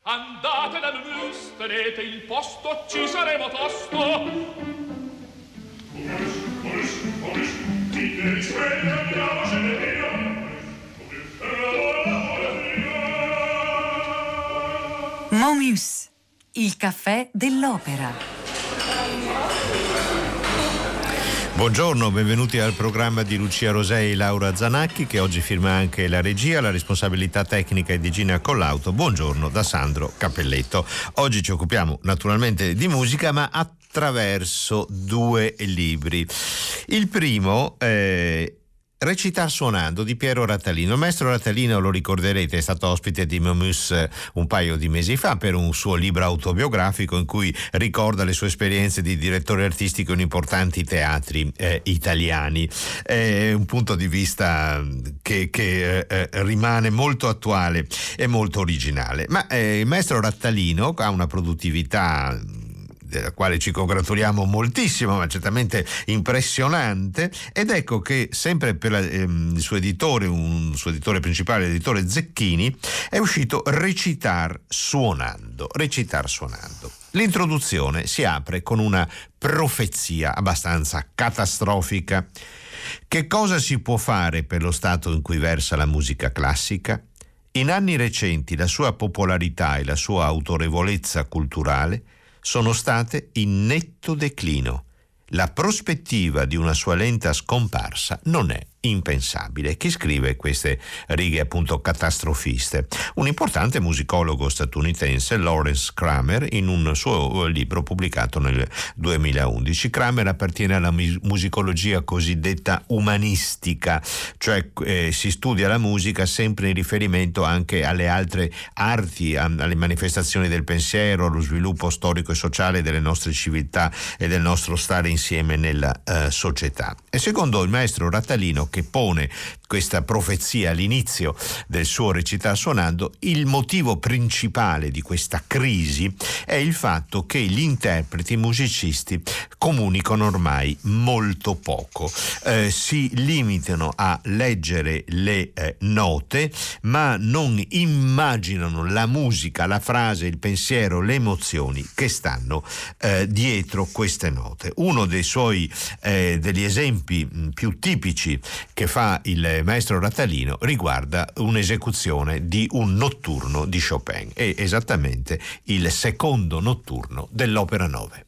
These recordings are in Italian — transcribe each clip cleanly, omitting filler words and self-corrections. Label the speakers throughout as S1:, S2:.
S1: Andate da Mus, tenete il posto, ci saremo tosto.
S2: Momus, il caffè dell'opera.
S3: Buongiorno, benvenuti al programma di Lucia Rosei e Laura Zanacchi, che oggi firma anche la regia, la responsabilità tecnica è di Gina Collauto. Buongiorno da Sandro Cappelletto. Oggi ci occupiamo naturalmente di musica, ma attraverso due libri. Il primo Recitar suonando di Piero Rattalino. Il maestro Rattalino, lo ricorderete, è stato ospite di Momus un paio di mesi fa per un suo libro autobiografico in cui ricorda le sue esperienze di direttore artistico in importanti teatri italiani. È un punto di vista che rimane molto attuale e molto originale. Ma il maestro Rattalino ha una produttività della quale ci congratuliamo moltissimo, ma certamente impressionante, ed ecco che sempre per il suo editore, un suo editore principale, l'editore Zecchini, è uscito Recitar suonando. L'introduzione si apre con una profezia abbastanza catastrofica. Che cosa si può fare per lo stato in cui versa la musica classica? In anni recenti la sua popolarità e la sua autorevolezza culturale sono state in netto declino. La prospettiva di una sua lenta scomparsa non è impensabile. Chi scrive queste righe appunto catastrofiste? Un importante musicologo statunitense, Lawrence Kramer, in un suo libro pubblicato nel 2011. Kramer appartiene alla musicologia cosiddetta umanistica, cioè si studia la musica sempre in riferimento anche alle altre arti, alle manifestazioni del pensiero, allo sviluppo storico e sociale delle nostre civiltà e del nostro stare insieme nella società. E secondo il maestro Rattalino, che pone questa profezia all'inizio del suo Recitar suonando, il motivo principale di questa crisi è il fatto che gli interpreti, i musicisti, comunicano ormai molto poco, si limitano a leggere le note, ma non immaginano la musica, la frase, il pensiero, le emozioni che stanno dietro queste note. Uno dei suoi degli esempi più tipici che fa il maestro Rattalino riguarda un'esecuzione di un notturno di Chopin, è esattamente il secondo notturno dell'opera 9.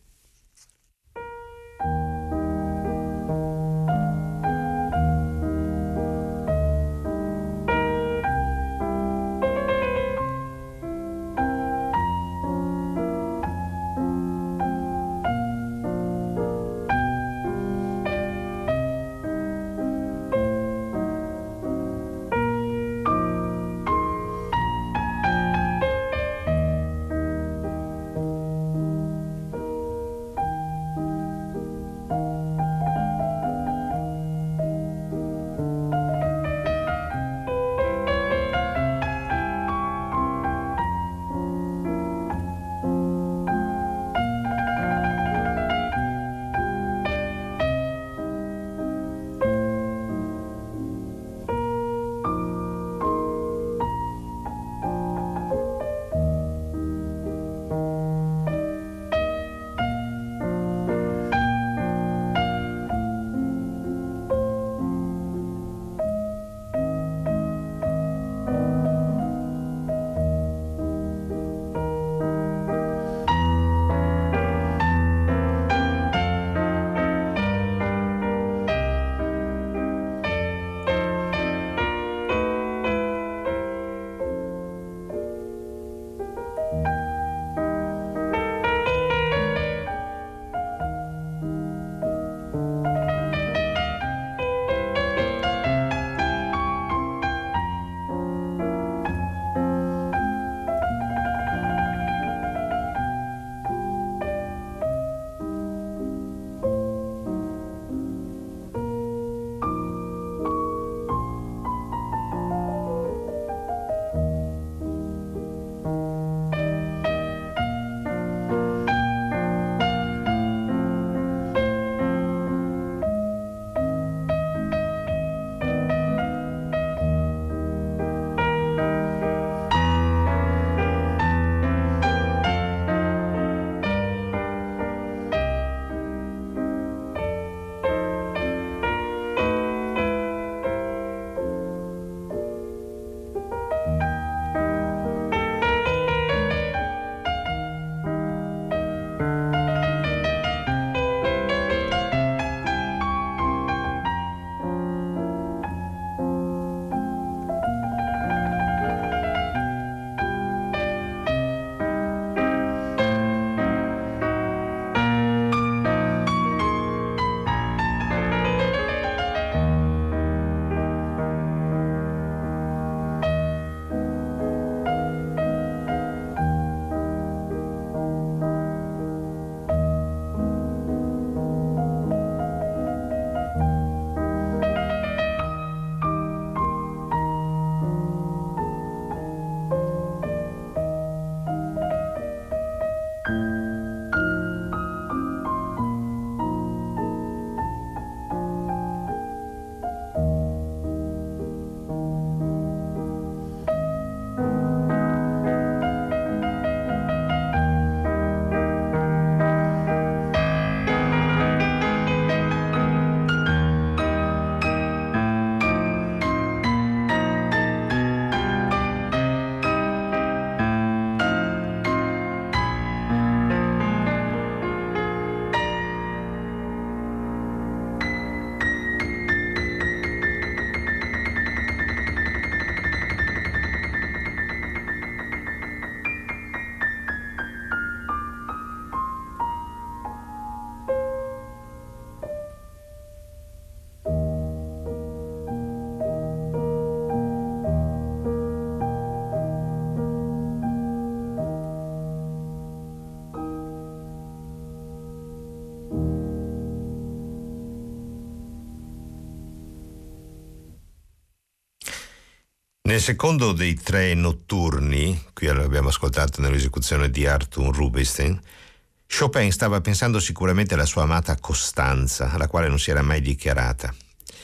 S3: Nel secondo dei 3 notturni, qui l'abbiamo ascoltato nell'esecuzione di Arthur Rubinstein, Chopin stava pensando sicuramente alla sua amata Costanza, alla quale non si era mai dichiarata.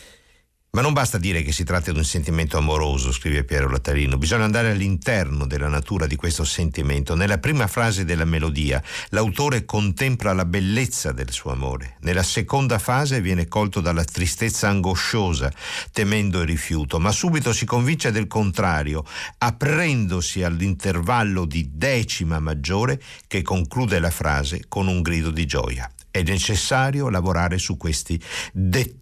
S3: Ma non basta dire che si tratta di un sentimento amoroso, scrive Piero Rattalino, bisogna andare all'interno della natura di questo sentimento. Nella prima frase della melodia l'autore contempla la bellezza del suo amore. Nella seconda fase viene colto dalla tristezza angosciosa, temendo il rifiuto, ma subito si convince del contrario, aprendosi all'intervallo di decima maggiore che conclude la frase con un grido di gioia. È necessario lavorare su questi dettagli.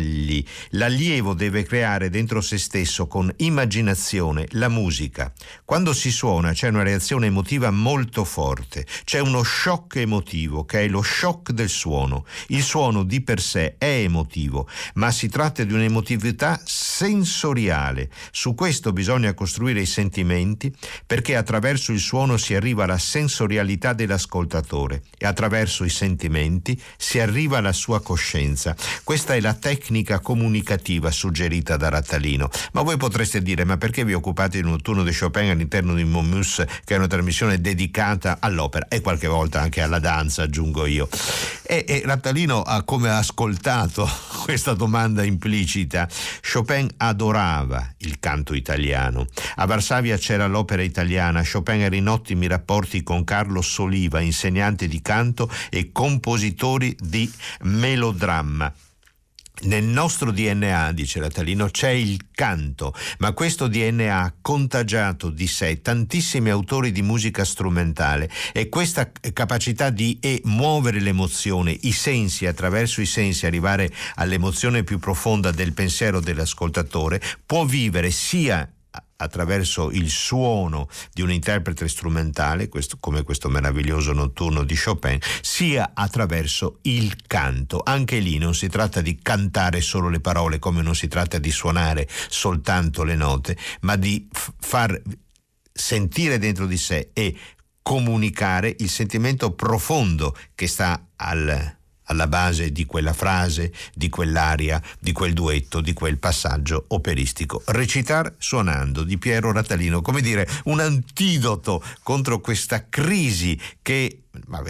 S3: L'allievo deve creare dentro se stesso con immaginazione la musica. Quando si suona c'è una reazione emotiva molto forte, c'è uno shock emotivo che è lo shock del suono. Il suono di per sé è emotivo, ma si tratta di un'emotività sensoriale. Su questo bisogna costruire i sentimenti, perché attraverso il suono si arriva alla sensorialità dell'ascoltatore e attraverso i sentimenti si arriva alla sua coscienza. Questa è la tecnica comunicativa suggerita da Rattalino. Ma voi potreste dire: ma perché vi occupate di un notturno di Chopin all'interno di Momus, che è una trasmissione dedicata all'opera e qualche volta anche alla danza, aggiungo io? E Rattalino ha come ascoltato questa domanda implicita. Chopin adorava il canto italiano. A Varsavia c'era l'opera italiana. Chopin era in ottimi rapporti con Carlo Soliva, insegnante di canto e compositore di melodramma. Nel nostro DNA, dice Rattalino, c'è il canto, ma questo DNA ha contagiato di sé tantissimi autori di musica strumentale, e questa capacità di muovere l'emozione, i sensi, attraverso i sensi arrivare all'emozione più profonda del pensiero dell'ascoltatore, può vivere sia attraverso il suono di un interprete strumentale, come questo meraviglioso notturno di Chopin, sia attraverso il canto. Anche lì non si tratta di cantare solo le parole, come non si tratta di suonare soltanto le note, ma di far sentire dentro di sé e comunicare il sentimento profondo che sta alla base di quella frase, di quell'aria, di quel duetto, di quel passaggio operistico. Recitar suonando, di Piero Rattalino, come dire, un antidoto contro questa crisi che,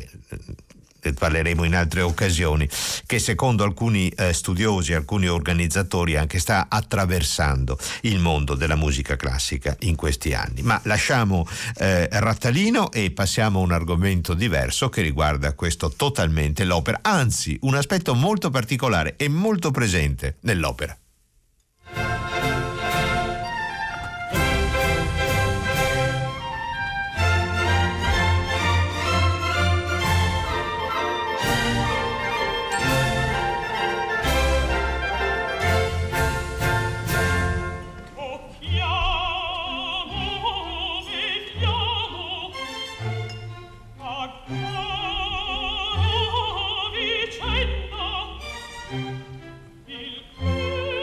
S3: parleremo in altre occasioni, che secondo alcuni studiosi, alcuni organizzatori anche sta attraversando il mondo della musica classica in questi anni. Ma lasciamo Rattalino e passiamo a un argomento diverso che riguarda questo totalmente l'opera, anzi un aspetto molto particolare e molto presente nell'opera.
S1: Il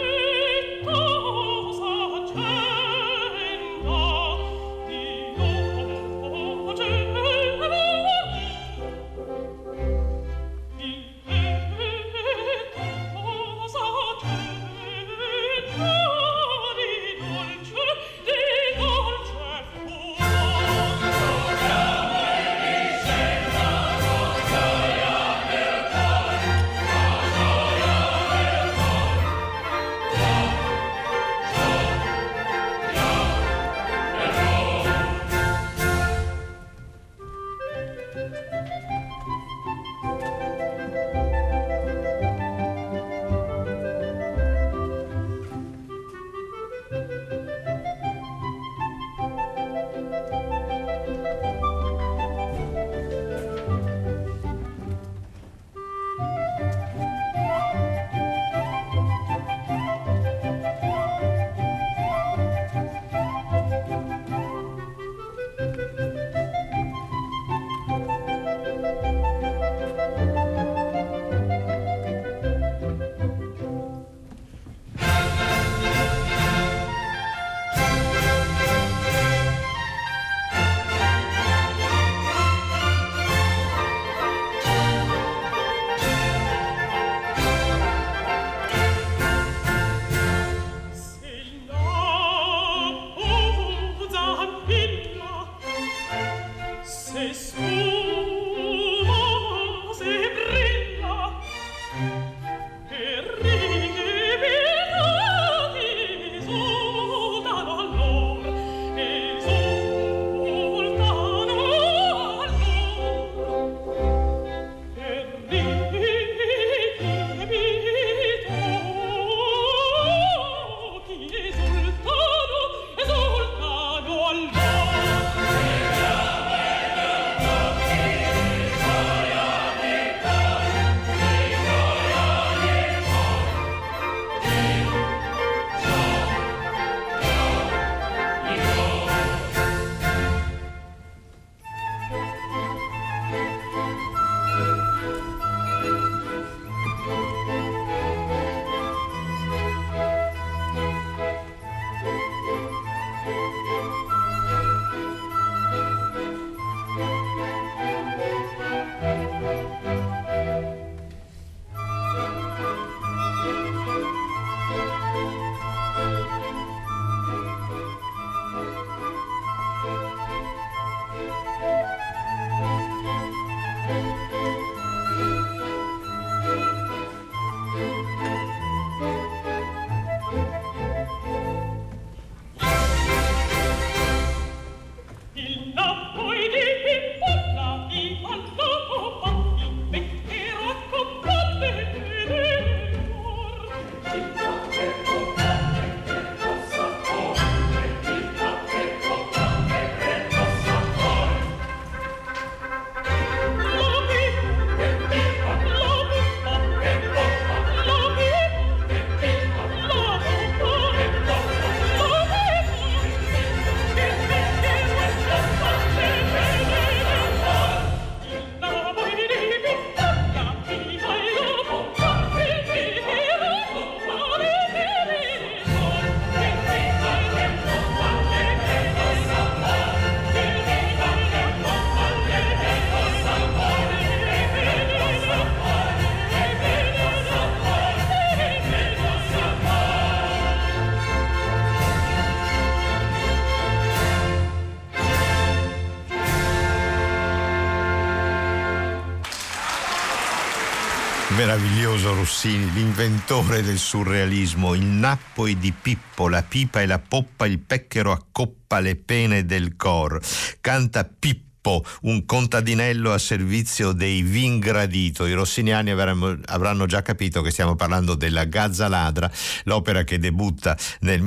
S3: Meraviglioso Rossini, l'inventore del surrealismo, il Napoi di Pippo, la pipa e la poppa, il pecchero accoppa le pene del cor. Canta Pippo, un contadinello a servizio dei Vingradito. I rossiniani avranno già capito che stiamo parlando della Gazza Ladra, l'opera che debutta nel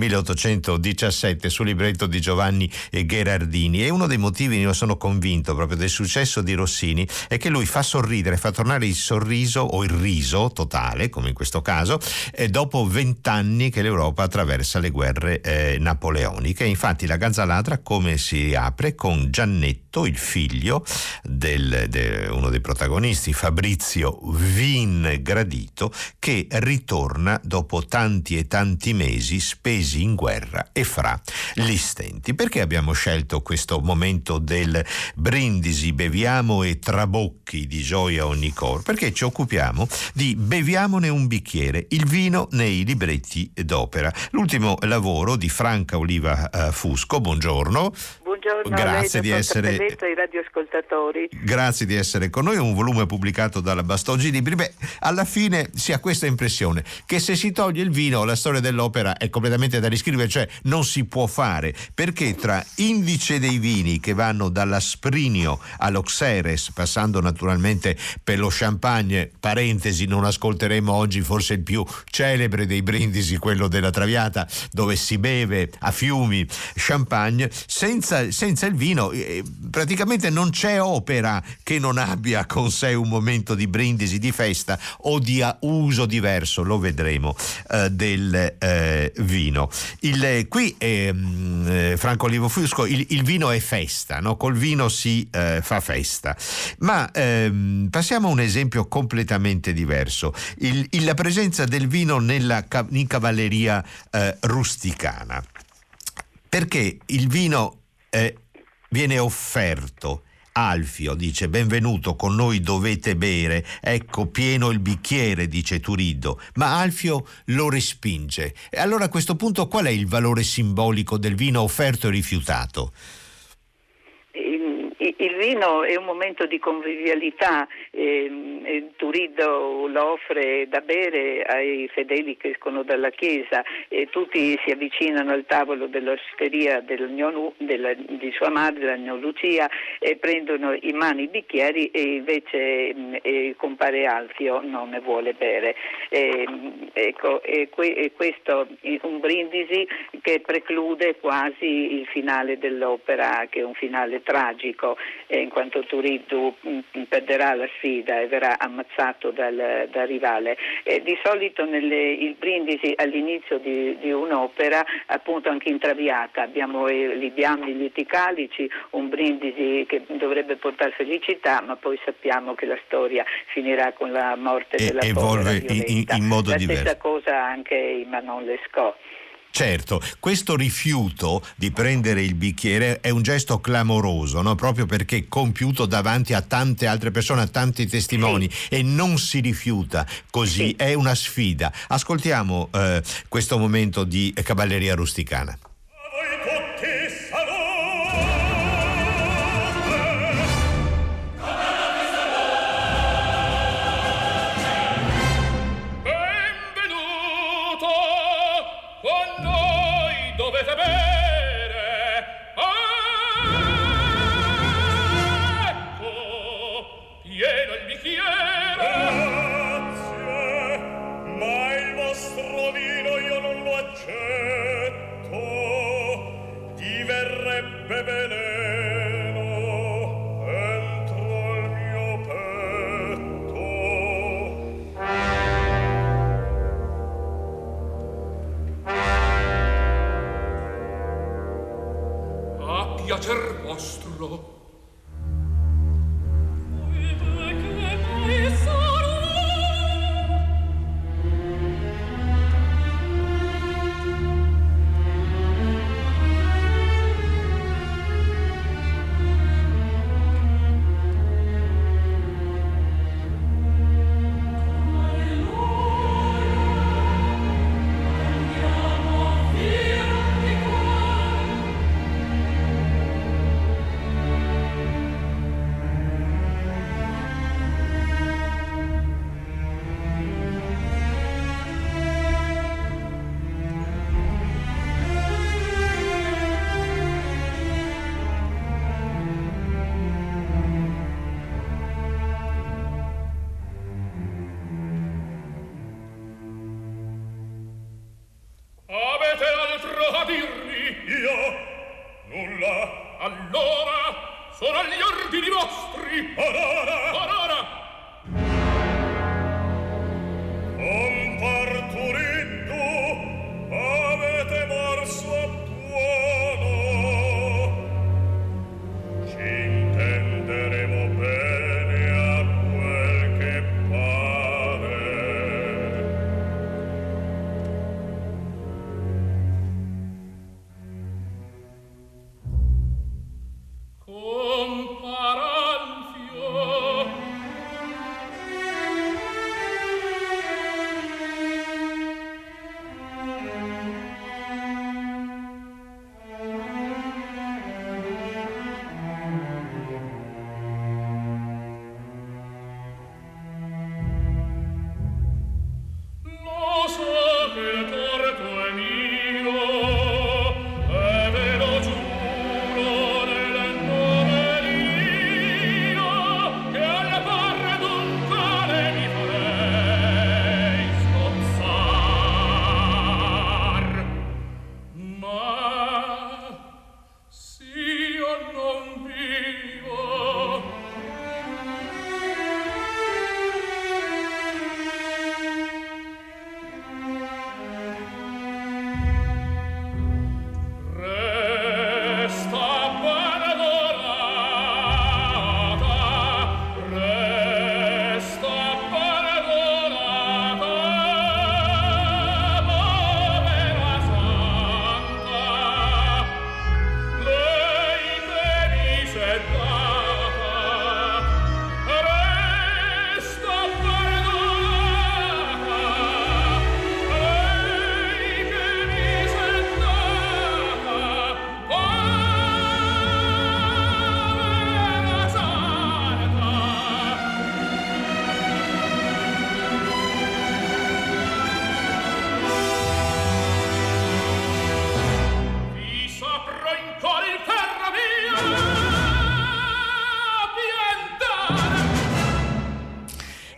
S3: 1817 sul libretto di Giovanni Gherardini. E uno dei motivi, io sono convinto, proprio del successo di Rossini è che lui fa sorridere, fa tornare il sorriso o il riso totale, come in questo caso, dopo 20 anni che l'Europa attraversa le guerre napoleoniche. Infatti la Gazza Ladra come si apre? Con Giannetto, il figlio uno dei protagonisti, Fabrizio Vingradito, che ritorna dopo tanti e tanti mesi spesi in guerra e fra gli stenti. Perché abbiamo scelto questo momento del brindisi, beviamo e trabocchi di gioia ogni cor? Perché ci occupiamo di Beviamone un bicchiere, il vino nei libretti d'opera. L'ultimo lavoro di Franca Oliva Fusco. Buongiorno.
S4: Buongiorno,
S3: grazie di essere
S4: ai radioascoltatori.
S3: Grazie di essere con noi. Un volume pubblicato dalla Bastoggi Libri. Alla fine si ha questa impressione che se si toglie il vino la storia dell'opera è completamente da riscrivere, cioè non si può fare, perché tra indice dei vini che vanno dall'Asprinio all'Auxerres, passando naturalmente per lo Champagne, parentesi, non ascolteremo oggi forse il più celebre dei brindisi, quello della Traviata, dove si beve a fiumi Champagne. Senza il vino praticamente non c'è opera che non abbia con sé un momento di brindisi, di festa o di uso diverso, lo vedremo, del vino. Qui Franco Olivo Fusco, il vino è festa, no? Col vino si fa festa, ma passiamo a un esempio completamente diverso, la presenza del vino in cavalleria rusticana. Perché il vino viene offerto. Alfio dice: benvenuto, con noi dovete bere, ecco pieno il bicchiere, dice Turiddu, ma Alfio lo respinge. E allora a questo punto qual è il valore simbolico del vino offerto e rifiutato?
S4: il vino è un momento di convivialità, Turiddu lo offre da bere ai fedeli che escono dalla chiesa e tutti si avvicinano al tavolo dell'osteria di sua madre, la gnò Lucia, e prendono in mano i bicchieri e invece compare Alfio non ne vuole bere. Questo è un brindisi che preclude quasi il finale dell'opera, che è un finale tragico, in quanto Turiddu perderà la sfida e verrà ammazzato dal rivale. Di solito il brindisi all'inizio di un'opera, appunto anche in Traviata, abbiamo libiamo gli eticalici, un brindisi che dovrebbe portare felicità, ma poi sappiamo che la storia finirà con la morte della povera Violetta.
S3: In modo
S4: la
S3: diverso.
S4: Stessa cosa anche in Manon Lescaut.
S3: Certo, questo rifiuto di prendere il bicchiere è un gesto clamoroso, no? Proprio perché compiuto davanti a tante altre persone, a tanti testimoni, e non si rifiuta così, è una sfida. Ascoltiamo questo momento di Cavalleria Rusticana.
S1: Dovete bere, ecco, pieno il bicchiere.
S5: Grazie, ma il vostro vino io non lo accetto, diverrebbe veleno entro il mio petto.
S1: Piacer vostro.
S5: Avete altro a dirmi? Io? Nulla.
S1: Allora, sono agli ordini vostri. Ora.
S5: Compar Turiddu, avete morso buono. Ci intenderemo bene a quel che pare.
S1: Compar Alfio,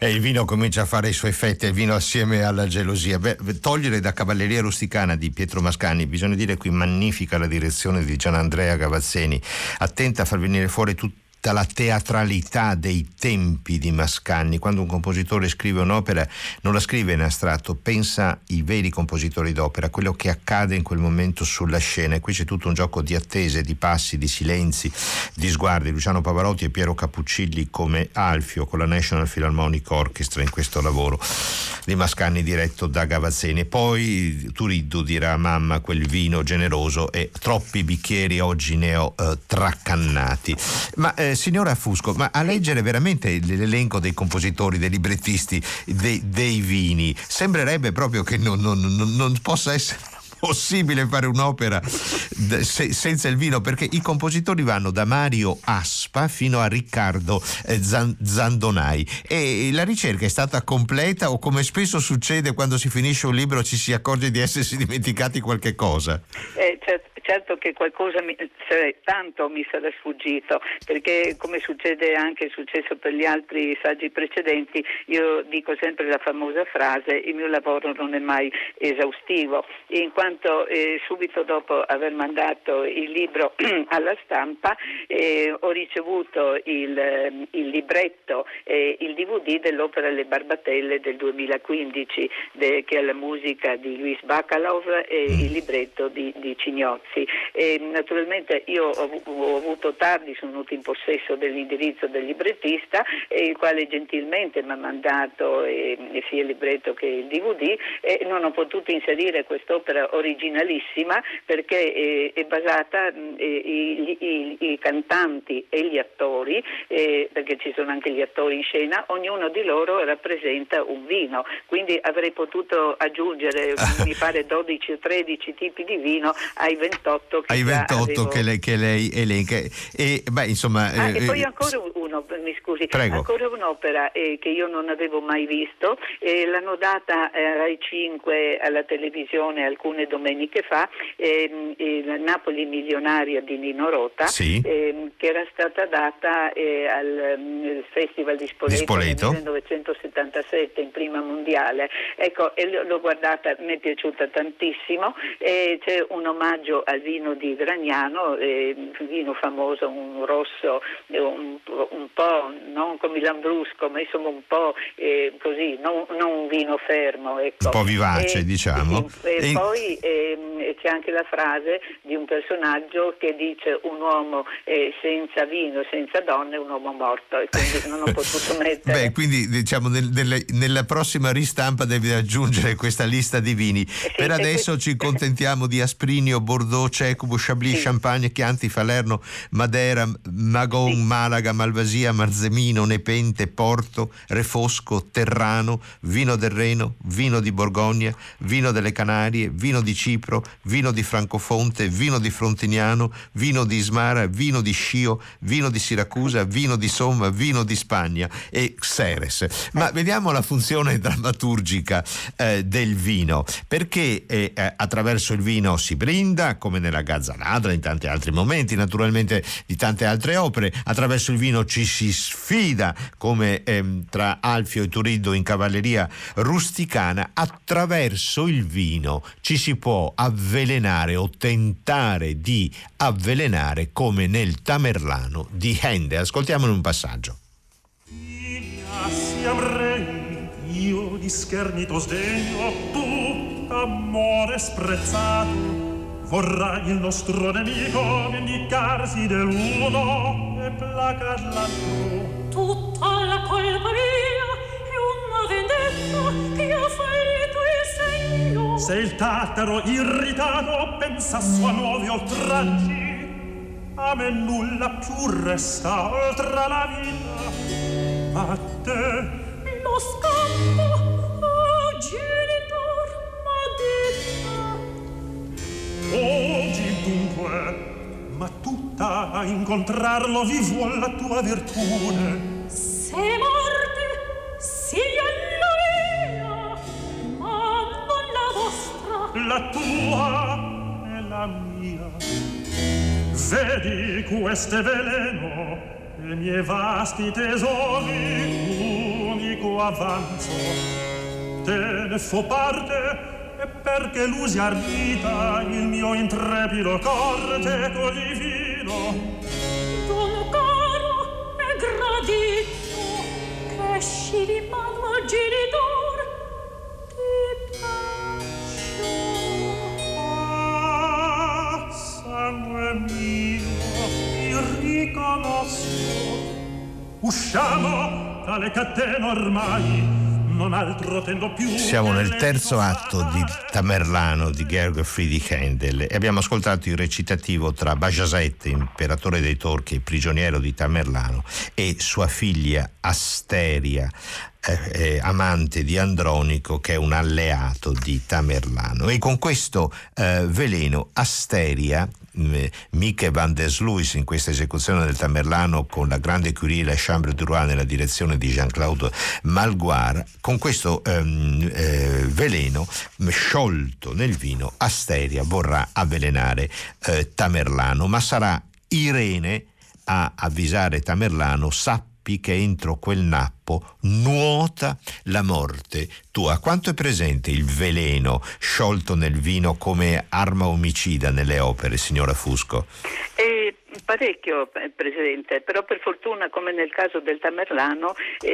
S3: E il vino comincia a fare i suoi effetti, il vino assieme alla gelosia. Togliere da Cavalleria Rusticana di Pietro Mascagni, bisogna dire qui magnifica la direzione di Gianandrea Gavazzeni, attenta a far venire fuori tutta la teatralità dei tempi di Mascagni. Quando un compositore scrive un'opera non la scrive in astratto, pensa i veri compositori d'opera, quello che accade in quel momento sulla scena, e qui c'è tutto un gioco di attese, di passi, di silenzi, di sguardi. Luciano Pavarotti e Piero Cappuccilli come Alfio con la National Philharmonic Orchestra in questo lavoro di Mascagni diretto da Gavazzeni. Poi Turiddu dirà: mamma, quel vino generoso, e troppi bicchieri oggi ne ho traccannati. Ma signora Fusco, ma a leggere veramente l'elenco dei compositori, dei librettisti, dei vini, sembrerebbe proprio che non possa essere possibile fare un'opera senza il vino, perché i compositori vanno da Mario Aspa fino a Riccardo Zandonai, e la ricerca è stata completa, o come spesso succede quando si finisce un libro ci si accorge di essersi dimenticati qualche cosa?
S4: Certo che qualcosa tanto mi sarà sfuggito, perché come è successo per gli altri saggi precedenti, io dico sempre la famosa frase: il mio lavoro non è mai esaustivo, in quanto subito dopo aver mandato il libro alla stampa ho ricevuto il libretto e il DVD dell'opera Le Barbatelle del 2015, che è la musica di Luis Bacalov e il libretto di Cignozzi. E naturalmente io ho avuto tardi, sono venuto in possesso dell'indirizzo del librettista, il quale gentilmente mi ha mandato sia il libretto che il DVD, e non ho potuto inserire quest'opera originalissima perché è basata i cantanti e gli attori, perché ci sono anche gli attori in scena, ognuno di loro rappresenta un vino, quindi avrei potuto aggiungere mi pare 12 o 13 tipi di vino ai 28
S3: che lei elenca. E
S4: poi ancora mi scusi,
S3: prego.
S4: Ancora un'opera che io non avevo mai visto, l'hanno data Rai 5 alla televisione alcune domeniche fa, Napoli milionaria di Nino Rota,
S3: sì,
S4: che era stata data al Festival di Spoleto nel 1977 in prima mondiale. Ecco, l'ho guardata, mi è piaciuta tantissimo, c'è un omaggio al vino di Gragnano, vino famoso, un rosso un po' non come il Lambrusco, ma insomma un po' così, non un vino fermo, ecco.
S3: Un po' vivace, diciamo.
S4: E poi c'è anche la frase di un personaggio che dice: un uomo senza vino, senza donne, è un uomo morto, e quindi non ho potuto mettere.
S3: Quindi diciamo nella prossima ristampa devi aggiungere questa lista di vini. Per adesso ci contentiamo di Asprinio, Bordeaux, Cecubo, Chablis, Champagne, Chianti, Falerno, Madera, Magon, Malaga, Malvasia, Marzemino, Nepente, Porto, Refosco, Terrano, vino del Reno, vino di Borgogna, vino delle Canarie, vino di Cipro, vino di Francofonte, vino di Frontignano, vino di Ismara, vino di Scio, vino di Siracusa, vino di Somma, vino di Spagna e Xeres. Ma vediamo la funzione drammaturgica del vino, perché attraverso il vino si brinda, come nella Gazzaladra, in tanti altri momenti, naturalmente di tante altre opere. Attraverso il vino ci si sfida, come tra Alfio e Turiddu in Cavalleria Rusticana. Attraverso il vino ci si può avvelenare o tentare di avvelenare, come nel Tamerlano di Handel. Ascoltiamone un passaggio.
S5: Siam re, io di schernito sdegno, tu, amore sprezzato, vorrai il nostro nemico vendicarsi dell'uno e placar l'altro.
S6: Tutta la colpa mia è una vendetta che io fallito il segno.
S5: Se il tataro irritato pensa a sua nuovi oltraggi, a me nulla più resta oltre la vita. A te
S6: lo scampo, oh genitor, m'ha detta.
S5: Oggi dunque, ma tutta a incontrarlo vi vuol la tua virtune.
S6: Se morte sia la mia, ma non la vostra.
S5: La tua e la mia. Vedi queste veleno e miei vasti tesori, unico avanzo. Te ne fo parte, e perché l'usi ardita il mio intrepido cor te così fino.
S6: Dono caro e gradito, che scivi mano al genitor, ti piaccio.
S5: Ah, sangue mio, io riconosco. Usciamo dalle catene ormai, non altro tendo più.
S3: Siamo nel terzo atto di Tamerlano di Georg Friedrich Händel e abbiamo ascoltato il recitativo tra Bajazet, imperatore dei Torchi e prigioniero di Tamerlano, e sua figlia Asteria, amante di Andronico, che è un alleato di Tamerlano. E con questo veleno Asteria, Mieke van der Sluis in questa esecuzione del Tamerlano con la grande curie La Chambre du Roi nella direzione di Jean-Claude Malgoire, con questo veleno sciolto nel vino Asteria vorrà avvelenare Tamerlano, ma sarà Irene a avvisare Tamerlano: sappi che entro quel nappo nuota la morte tua. Quanto è presente il veleno sciolto nel vino come arma omicida nelle opere, signora Fusco?
S4: Parecchio presente, però per fortuna, come nel caso del Tamerlano,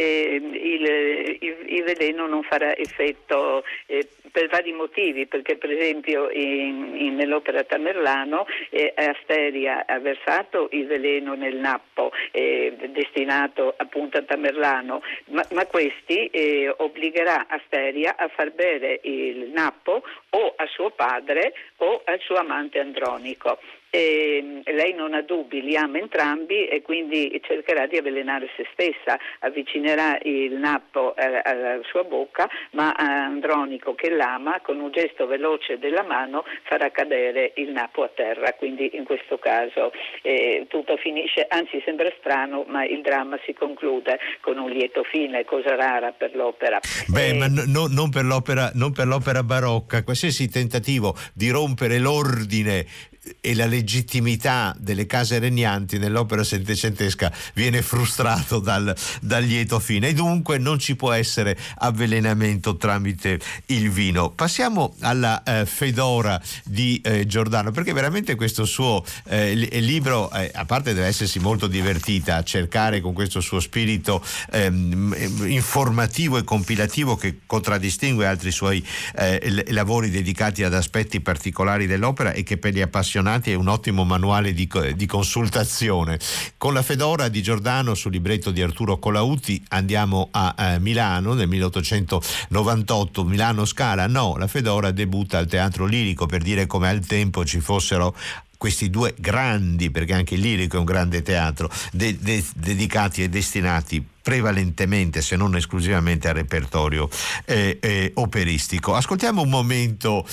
S4: il veleno non farà effetto per vari motivi, perché per esempio nell'opera Tamerlano Asteria ha versato il veleno nel nappo destinato appunto a Tamerlano, ma questi obbligherà Asteria a far bere il nappo o a suo padre o al suo amante Andronico. Lei non ha dubbi, li ama entrambi e quindi cercherà di avvelenare se stessa, avvicinerà il nappo alla sua bocca, ma Andronico, che l'ama, con un gesto veloce della mano farà cadere il nappo a terra. Quindi in questo caso tutto finisce, anzi sembra strano, ma il dramma si conclude con un lieto fine, cosa rara per l'opera.
S3: Ma non per l'opera barocca. Qualsiasi tentativo di rompere l'ordine e la legittimità delle case regnanti nell'opera settecentesca viene frustrato dal lieto fine, e dunque non ci può essere avvelenamento tramite il vino. Passiamo alla Fedora di Giordano, perché veramente questo suo libro, a parte deve essersi molto divertita a cercare con questo suo spirito informativo e compilativo che contraddistingue altri suoi lavori dedicati ad aspetti particolari dell'opera, e che per gli appassionati è un ottimo manuale di consultazione. Con la Fedora di Giordano sul libretto di Arturo Colautti andiamo a Milano nel 1898. Milano Scala, no, la Fedora debutta al Teatro Lirico, per dire come al tempo ci fossero questi due grandi, perché anche il Lirico è un grande teatro, dedicati e destinati prevalentemente, se non esclusivamente, al repertorio operistico. Ascoltiamo un momento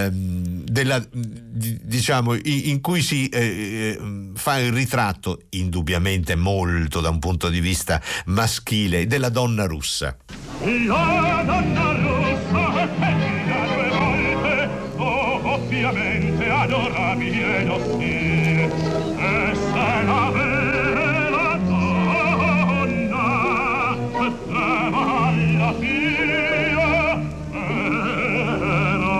S3: in cui si fa il ritratto, indubbiamente molto da un punto di vista maschile, della donna russa.
S5: La donna russa è femmina due volte, ovviamente adorabile d'ostile, e se la vera donna alla figlia era.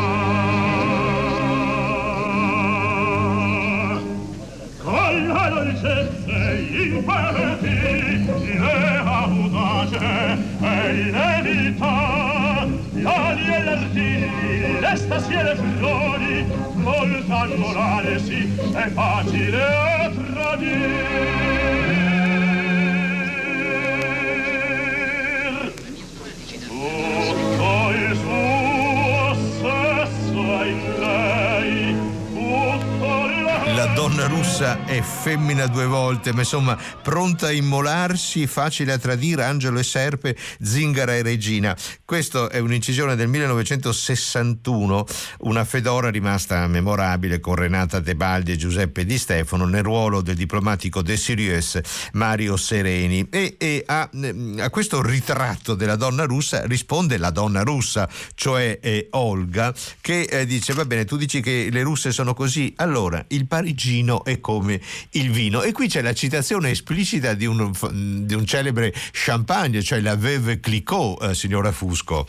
S5: Con la dolcezza e l'imparti, le audace e l'evità, l'ali e l'artigli, l'estasi e le flori, molta morale sì, è facile a tradire. Tutto il suo sesso è in lei, tutto
S3: La donna russa è femmina due volte, ma insomma pronta a immolarsi, facile a tradire, angelo e serpe, zingara e regina. Questo è un'incisione del 1961, una Fedora rimasta memorabile con Renata Tebaldi e Giuseppe Di Stefano nel ruolo del diplomatico de Sirius Mario Sereni, e a questo ritratto della donna russa risponde la donna russa, cioè Olga, che dice: va bene, tu dici che le russe sono così, allora il parigino è come il vino. E qui c'è la citazione esplicita di un celebre champagne, cioè la Veuve Clicquot, signora Fusco.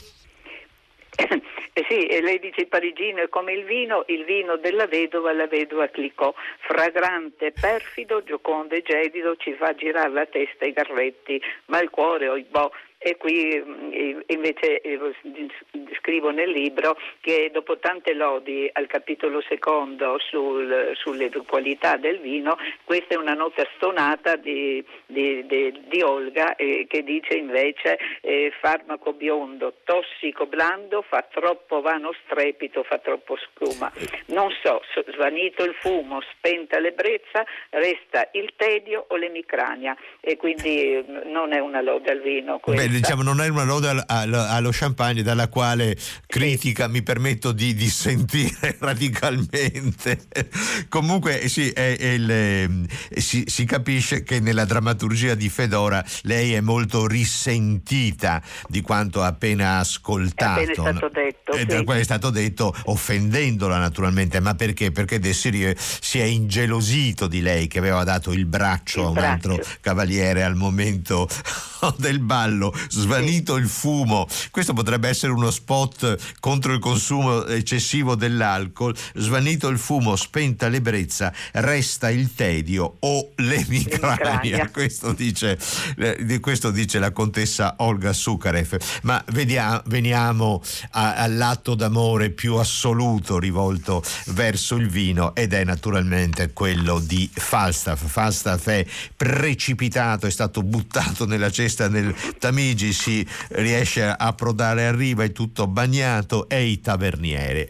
S4: Sì, e lei dice: il parigino è come il vino della vedova, la vedova Clicquot, fragrante, perfido, giocondo e gelido, ci fa girare la testa e i garretti, ma il cuore, oibò. E qui invece scrivo nel libro che dopo tante lodi al capitolo secondo sulle qualità del vino, questa è una nota stonata di Olga, che dice invece farmaco biondo, tossico blando, fa troppo vano strepito, fa troppo scuma. Non so, svanito il fumo, spenta l'ebbrezza, resta il tedio o l'emicrania, e quindi non è una lode al vino questa.
S3: Diciamo, non è una lode allo champagne, dalla quale critica mi permetto di dissentire radicalmente. Comunque sì, si capisce che nella drammaturgia di Fedora lei è molto risentita di quanto ha appena ascoltato.
S4: È stato detto,
S3: è stato detto, offendendola naturalmente. Ma perché? Perché Dessirie si è ingelosito di lei, che aveva dato il braccio a un altro cavaliere al momento del ballo. Svanito il fumo, questo potrebbe essere uno spot contro il consumo eccessivo dell'alcol. Svanito il fumo, spenta l'ebbrezza, resta il tedio o l'emicrania. Questo dice la contessa Olga Sukarev. Ma veniamo all'atto d'amore più assoluto rivolto verso il vino, ed è naturalmente quello di Falstaff. Falstaff è precipitato, è stato buttato nella cesta nel Tamigi, si riesce a approdare a riva, è tutto bagnato. Ehi taverniere.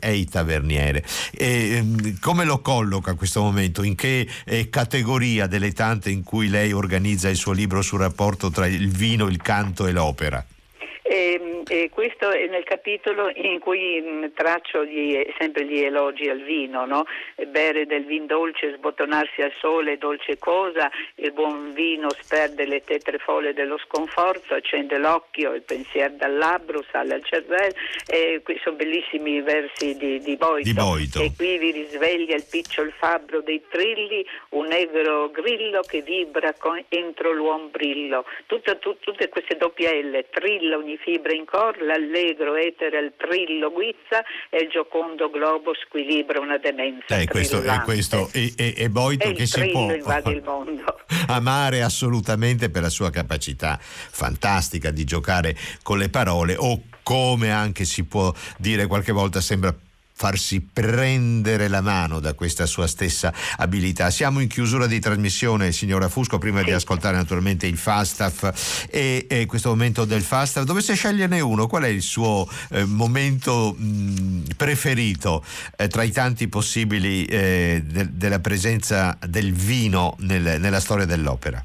S3: E come lo colloca a questo momento? In che categoria delle tante in cui lei organizza il suo libro sul rapporto tra il vino, il canto e l'opera?
S4: Questo è nel capitolo in cui traccio sempre gli elogi al vino, no? Bere del vin dolce, sbottonarsi al sole, dolce cosa, il buon vino sperde le tetre folle dello sconforto, accende l'occhio, il pensier dal labbro, sale al cervello. Qui sono bellissimi versi di Boito. E qui vi risveglia il picciol fabbro dei trilli, un negro grillo che vibra entro l'uom brillo. Tutte queste doppie L, trilla ogni fibra in cor, l'allegro etere al trillo guizza, e il giocondo globo squilibra una demenza.
S3: Questo e Boito che si può
S4: invade il mondo.
S3: Amare assolutamente per la sua capacità fantastica di giocare con le parole, o come anche si può dire qualche volta sembra farsi prendere la mano da questa sua stessa abilità. Siamo in chiusura di trasmissione, signora Fusco, prima di ascoltare naturalmente il Falstaff e questo momento del Falstaff. Dovesse sceglierne uno, qual è il suo momento preferito tra i tanti possibili della presenza del vino nella storia dell'opera?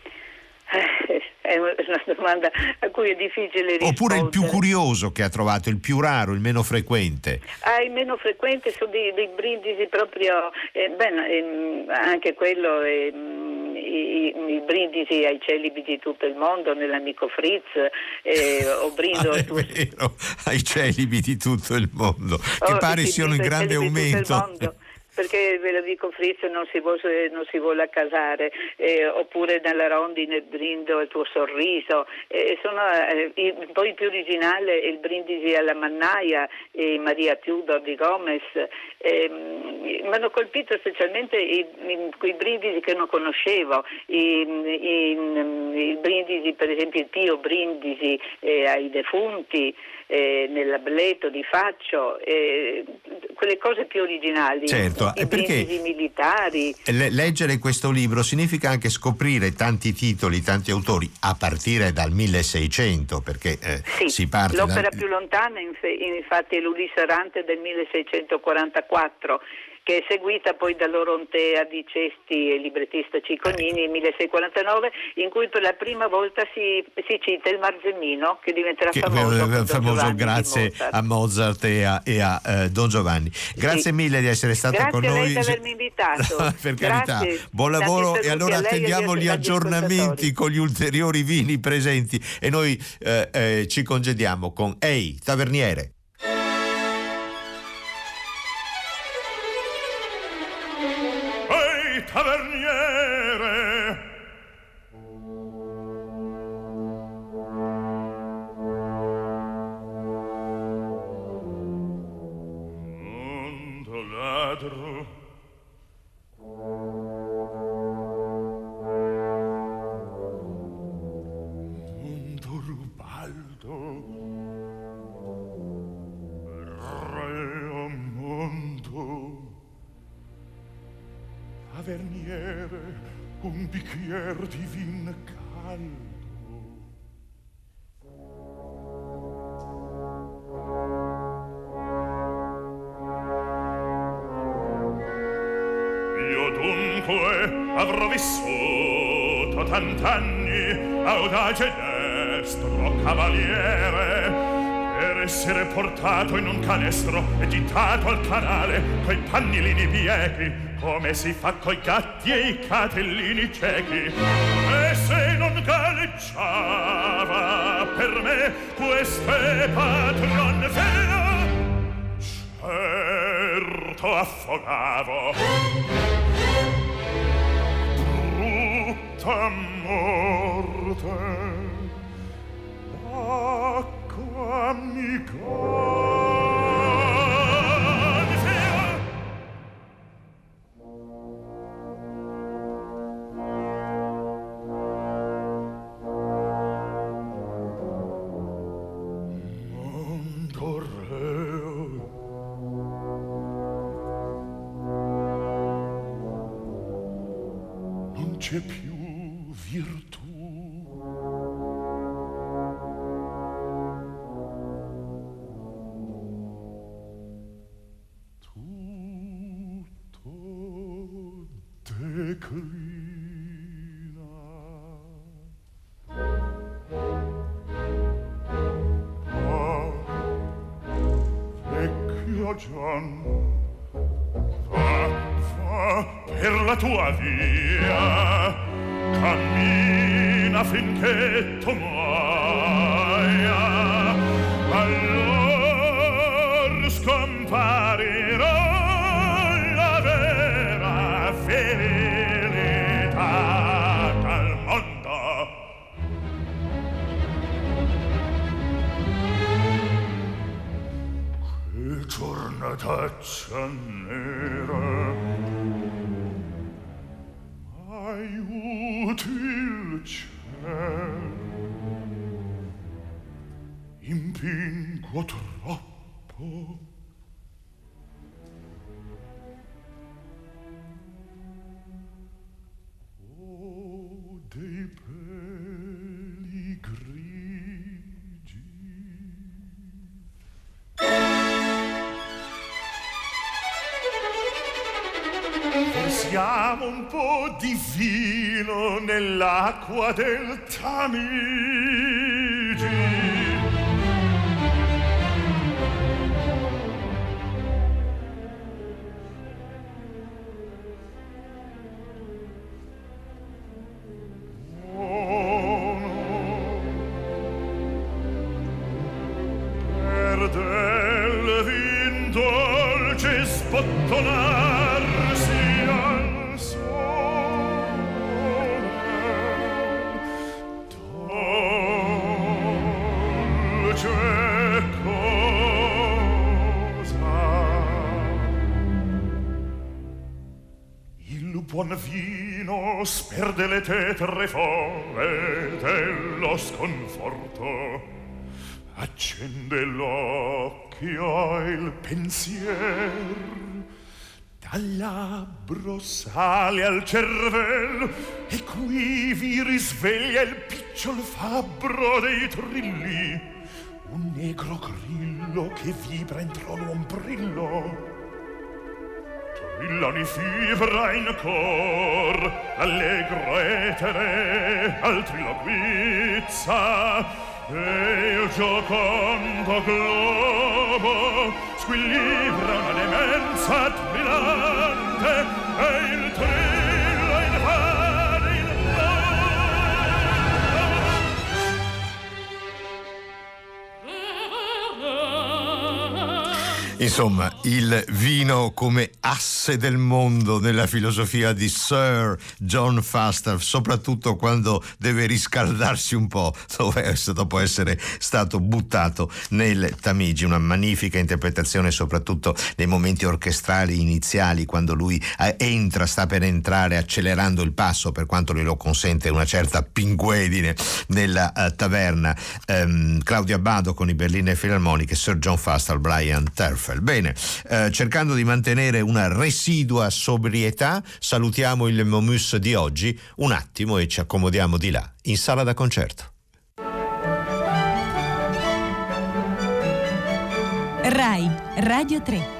S4: È una domanda a cui è difficile rispondere.
S3: Oppure il più curioso che ha trovato, il più raro, il meno frequente?
S4: Il meno frequente sono dei brindisi proprio, anche quello, i brindisi ai celibi di tutto il mondo, nell'amico Fritz, o brindo
S3: è vero, ai celibi di tutto il mondo, che pare siano in grande aumento.
S4: Perché ve lo dico, Fritz non si vuole accasare, oppure nella rondine brindo il tuo sorriso. Poi il più originale è il brindisi alla mannaia, Maria Tudor di Gomez. Mi hanno colpito specialmente quei brindisi che non conoscevo, il brindisi, per esempio il Pio Brindisi ai defunti, nell'ableto di Faccio, quelle cose più originali.
S3: Certo,
S4: i brindisi militari.
S3: Leggere questo libro significa anche scoprire tanti titoli, tanti autori, a partire dal 1600, perché si parte
S4: l'opera più lontana infatti è l'Ulisse Errante del 1644, che è seguita poi dall'Orontea di Cesti e librettista Cicognini nel 1649, in cui per la prima volta si cita il Marzemino, che diventerà famoso
S3: grazie a Mozart e a Don Giovanni. Grazie mille di essere stata con noi.
S4: Grazie a lei di avermi invitato.
S3: Per carità, buon lavoro, e allora attendiamo gli aggiornamenti con gli ulteriori vini presenti, e noi ci congediamo con Ehi Taverniere.
S5: taverniere. Mondo ladro, mondo rubaldo, re mondo, taverniere, un bicchier di vin caldo. Io dunque avrò vissuto tant'anni, audace e destro cavaliere, per essere portato in un canestro e gittato al canale coi pannilini biechi, come si fa coi gatti e i catellini ciechi. E se non galleggiava per me queste patron fea, certo affogavo. Brutta morte, acqua mi gonfia. Mondo reo, non c'è più virtù. Tutto declina. Ah, vecchio Gian, va per la tua via, cammina finché tu muoia, allor scomparirà la vera felicità al mondo. Che giornataccia nera, aiuti il cielo, impinguo troppo. Oh, dei peli grigi. Versiamo un po' di vino nell'acqua del Tamigi. Oh, no. Per del vin dolce spottonarsi al sole, dolce cosa. Il buon vino sperde le tetre fore dello sconforto, accende l'occhio e il pensier, dal labbro sale al cervello e qui vi risveglia il picciol fabbro dei trilli, un negro grillo che vibra entro l'ombrello. Trillano i fibra in cor, allegro etere, altri lo guizza, e il giocondo globo squilibra una demenza trillante, e il trillo invade il mondo.
S3: Insomma, il vino come asse del mondo nella filosofia di Sir John Falstaff, soprattutto quando deve riscaldarsi un po' dopo essere stato buttato nel Tamigi. Una magnifica interpretazione, soprattutto nei momenti orchestrali iniziali, quando lui sta per entrare accelerando il passo, per quanto glielo consente una certa pinguedine nella taverna. Claudio Abbado con i Berliner Philharmonic, Sir John Falstaff, Brian Terfel. Bene, cercando di mantenere una residua sobrietà, salutiamo il Momus di oggi un attimo e ci accomodiamo di là, in sala da concerto.
S7: RAI Radio 3.